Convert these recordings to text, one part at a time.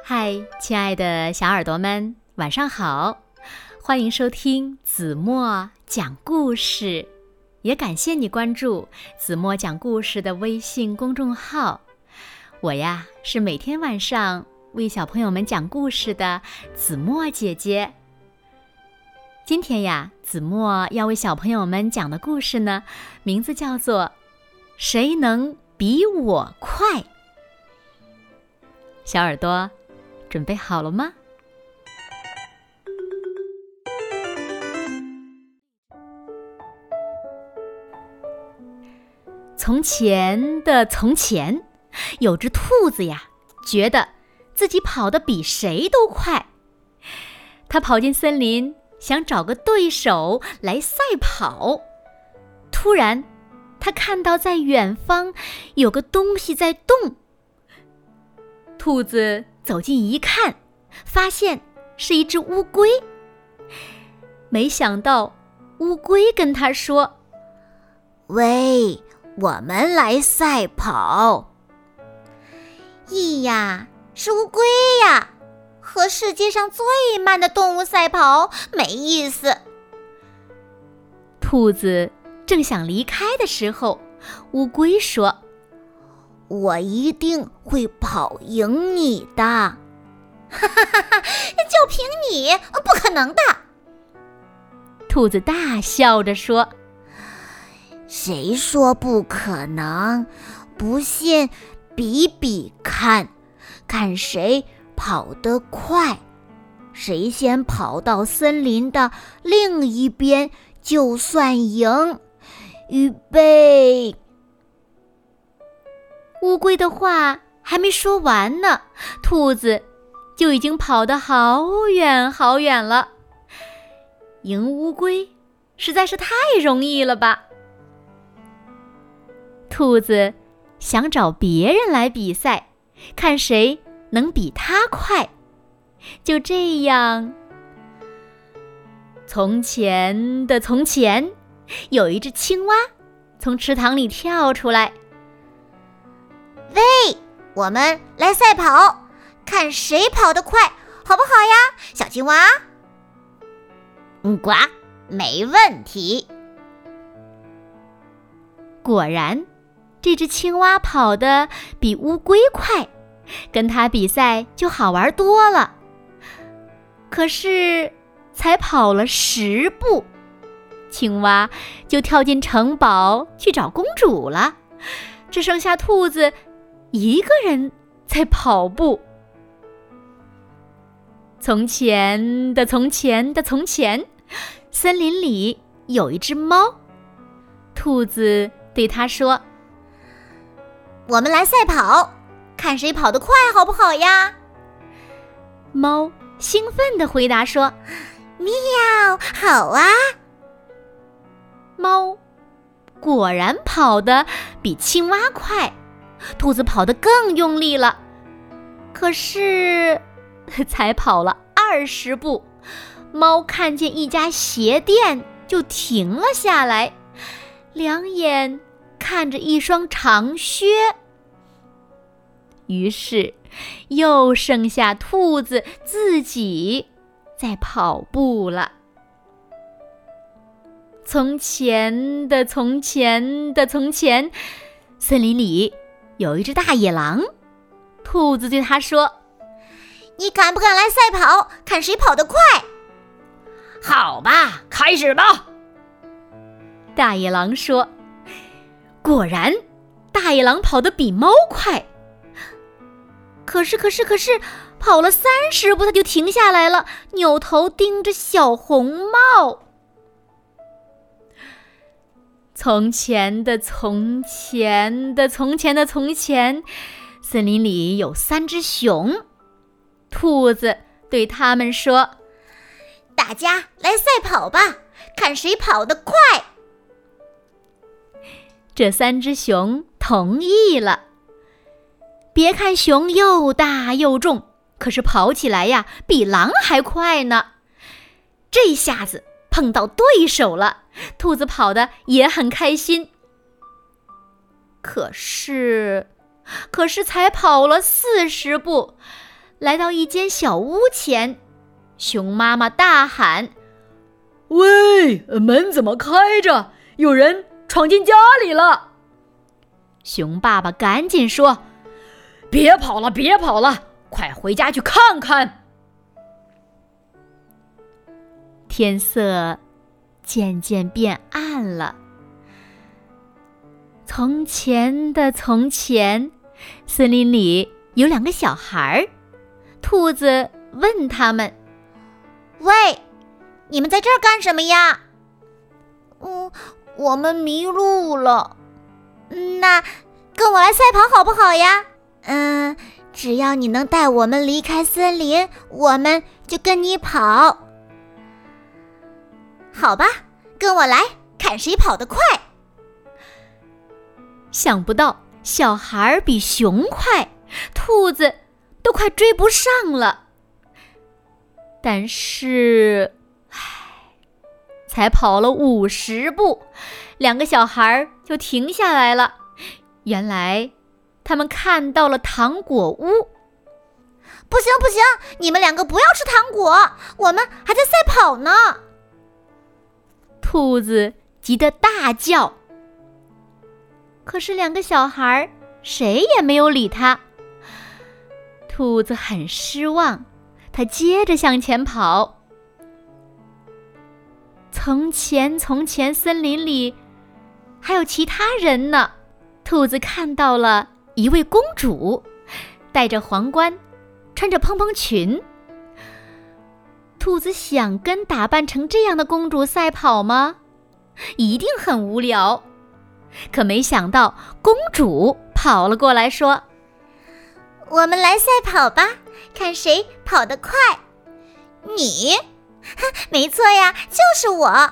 嗨，亲爱的小耳朵们，晚上好！欢迎收听子墨讲故事，也感谢你关注子墨讲故事的微信公众号。我呀，是每天晚上为小朋友们讲故事的子墨姐姐。今天呀，子墨要为小朋友们讲的故事呢，名字叫做《谁能比我快》。小耳朵准备好了吗？从前的从前，有只兔子呀，觉得自己跑得比谁都快。它跑进森林，想找个对手来赛跑。突然，它看到在远方有个东西在动。兔子走近一看，发现是一只乌龟。没想到乌龟跟他说： 喂，我们来赛跑。 咿呀，是乌龟呀，和世界上最慢的动物赛跑没意思。 兔子正想离开的时候，乌龟说： 我一定会跑赢你的。 哈哈哈哈，就凭你，不可能的。 兔子大笑着说： 谁说不可能？不信比比看，看谁跑得快，谁先跑到森林的另一边就算赢。预备！ 乌龟的话还没说完呢，兔子就已经跑得好远好远了。赢乌龟实在是太容易了吧？兔子想找别人来比赛，看谁能比它快。就这样，从前的从前，有一只青蛙从池塘里跳出来。 喂，我们来赛跑，看谁跑得快，好不好呀，小青蛙？ 呱，没问题。 果然，这只青蛙跑得比乌龟快，跟它比赛就好玩多了。可是，才跑了10步，青蛙就跳进城堡去找公主了，只剩下兔子一个人在跑步。从前的从前的从前，森林里有一只猫。兔子对它说： 我们来赛跑，看谁跑得快，好不好呀？ 猫兴奋地回答说： 喵，好啊！ 猫果然跑得比青蛙快，兔子跑得更用力了。可是才跑了20步，猫看见一家鞋店就停了下来，两眼看着一双长靴。于是又剩下兔子自己在跑步了。从前的从前的从前，森林里有一只大野狼。兔子对它说： 你敢不敢来赛跑，看谁跑得快？ 好吧，开始吧。 大野狼说。果然，大野狼跑得比猫快。可是，跑了30步，它就停下来了，扭头盯着小红帽。从前的从前的从前的从前，森林里有3只熊。兔子对他们说： 大家来赛跑吧，看谁跑得快。 这3只熊同意了。别看熊又大又重，可是跑起来呀，比狼还快呢。这下子碰到对手了，兔子跑得也很开心。可是才跑了40步， 来到一间小屋前，熊妈妈大喊：喂，门怎么开着？有人闯进家里了！熊爸爸赶紧说：别跑了，别跑了，快回家去看看。天色渐渐变暗了。从前的从前，森林里有2个小孩，兔子问他们： 喂，你们在这儿干什么呀？ 我们迷路了。 那跟我来赛跑好不好呀？ 只要你能带我们离开森林，我们就跟你跑。 好吧，跟我来，看谁跑得快。 想不到小孩比熊快，兔子都快追不上了。但是，才跑了50步，2个小孩就停下来了。原来他们看到了糖果屋。 不行不行，你们2个不要吃糖果，我们还在赛跑呢。 兔子急得大叫。可是2个小孩谁也没有理他。兔子很失望，他接着向前跑。从前森林里还有其他人呢。兔子看到了一位公主，戴着皇冠，穿着蓬蓬裙。兔子想跟打扮成这样的公主赛跑吗？一定很无聊。可没想到公主跑了过来说： 我们来赛跑吧，看谁跑得快。你？没错呀，就是我。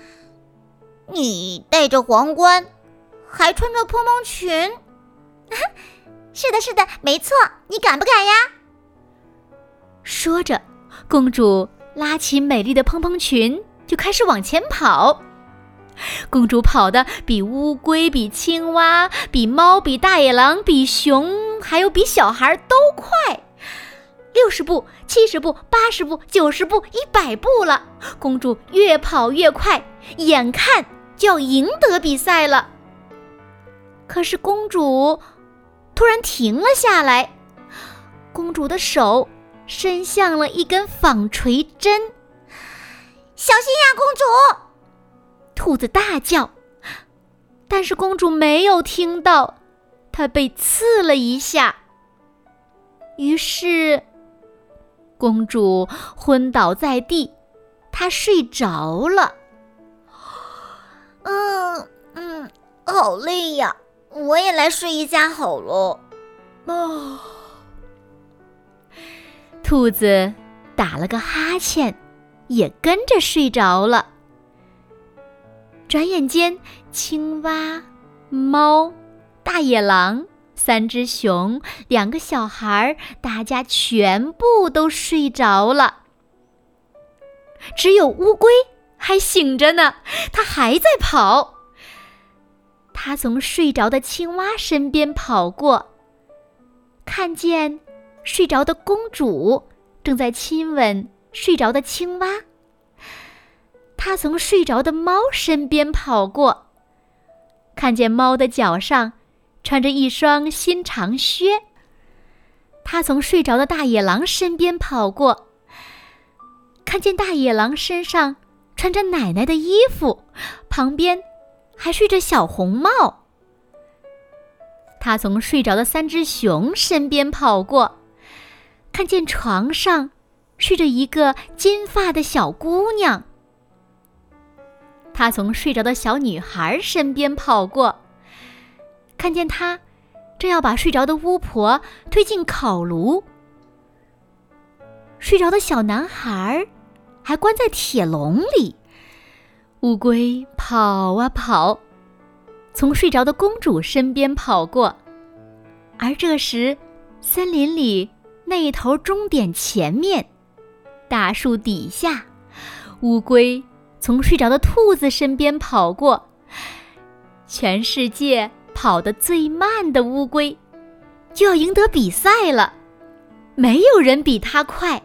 你戴着皇冠，还穿着蓬蓬裙。是的，是的，没错，你敢不敢呀？ 说着，公主拉起美丽的蓬蓬裙，就开始往前跑。公主跑得比乌龟、比青蛙、比猫、比大野狼、比熊，还有比小孩都快。60步、70步、80步、90步、100步了。公主越跑越快，眼看就要赢得比赛了。可是公主突然停了下来，公主的手伸向了一根纺锤针。 小心呀，公主！ 兔子大叫，但是公主没有听到，她被刺了一下。于是公主昏倒在地，她睡着了。 好累呀，我也来睡一下好了。 兔子打了个哈欠，也跟着睡着了。转眼间，青蛙、猫、大野狼、3只熊、2个小孩，大家全部都睡着了。只有乌龟还醒着呢，它还在跑。它从睡着的青蛙身边跑过，看见睡着的公主正在亲吻睡着的青蛙。他从睡着的猫身边跑过，看见猫的脚上穿着一双新长靴。他从睡着的大野狼身边跑过，看见大野狼身上穿着奶奶的衣服，旁边还睡着小红帽。他从睡着的3只熊身边跑过，看见床上睡着一个金发的小姑娘。他从睡着的小女孩身边跑过，看见她正要把睡着的巫婆推进烤炉。睡着的小男孩还关在铁笼里。乌龟跑啊跑，从睡着的公主身边跑过。而这时，森林里那一头终点前面，大树底下，乌龟从睡着的兔子身边跑过。全世界跑得最慢的乌龟就要赢得比赛了。 没有人比他快。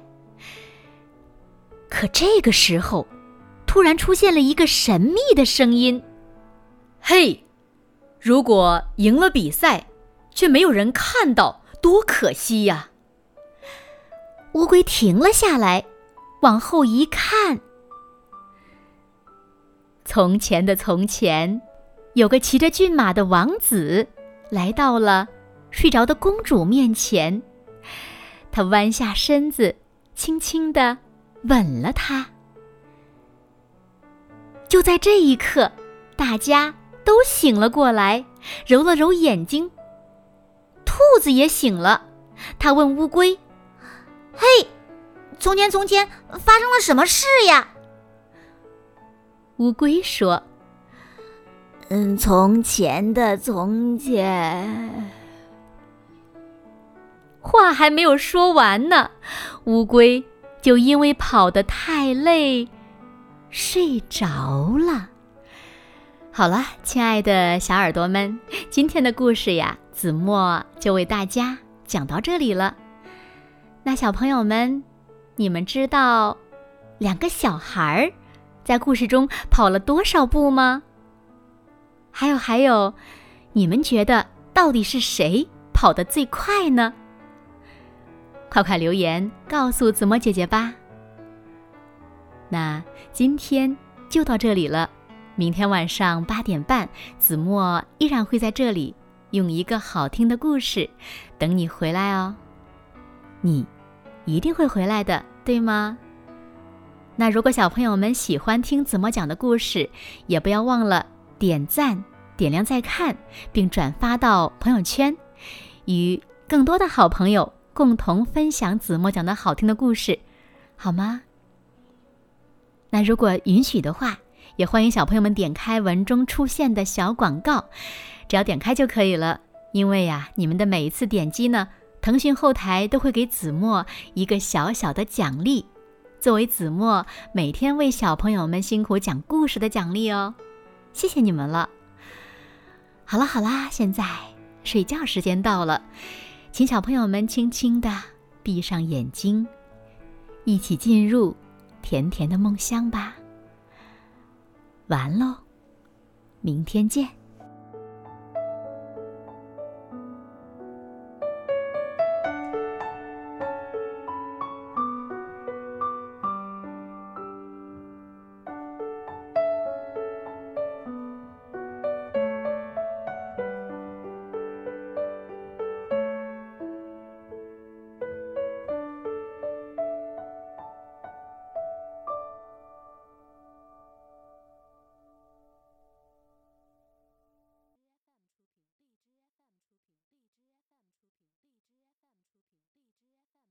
可这个时候，突然出现了一个神秘的声音：嘿，如果赢了比赛，却没有人看到，多可惜呀！乌龟停了下来，往后一看，从前的从前，有个骑着骏马的王子来到了睡着的公主面前，他弯下身子，轻轻地吻了她。就在这一刻，大家都醒了过来，揉了揉眼睛。兔子也醒了，他问乌龟： 嘿，从前发生了什么事呀？ 乌龟说： 从前的从前。 话还没有说完呢，乌龟就因为跑得太累，睡着了。好了，亲爱的小耳朵们，今天的故事呀，子墨就为大家讲到这里了。那小朋友们，你们知道两个小孩在故事中跑了多少步吗？还有，你们觉得到底是谁跑得最快呢？快快留言告诉子墨姐姐吧。那今天就到这里了，明天晚上8点半，子墨依然会在这里用一个好听的故事等你回来哦。你一定会回来的，对吗？那如果小朋友们喜欢听子墨讲的故事，也不要忘了点赞、点亮再看，并转发到朋友圈，与更多的好朋友共同分享子墨讲的好听的故事，好吗？那如果允许的话，也欢迎小朋友们点开文中出现的小广告，只要点开就可以了。因为呀，你们的每一次点击呢，腾讯后台都会给子墨一个小小的奖励，作为子墨每天为小朋友们辛苦讲故事的奖励哦。谢谢你们了。好啦，现在睡觉时间到了，请小朋友们轻轻地闭上眼睛，一起进入甜甜的梦乡吧。完喽，明天见。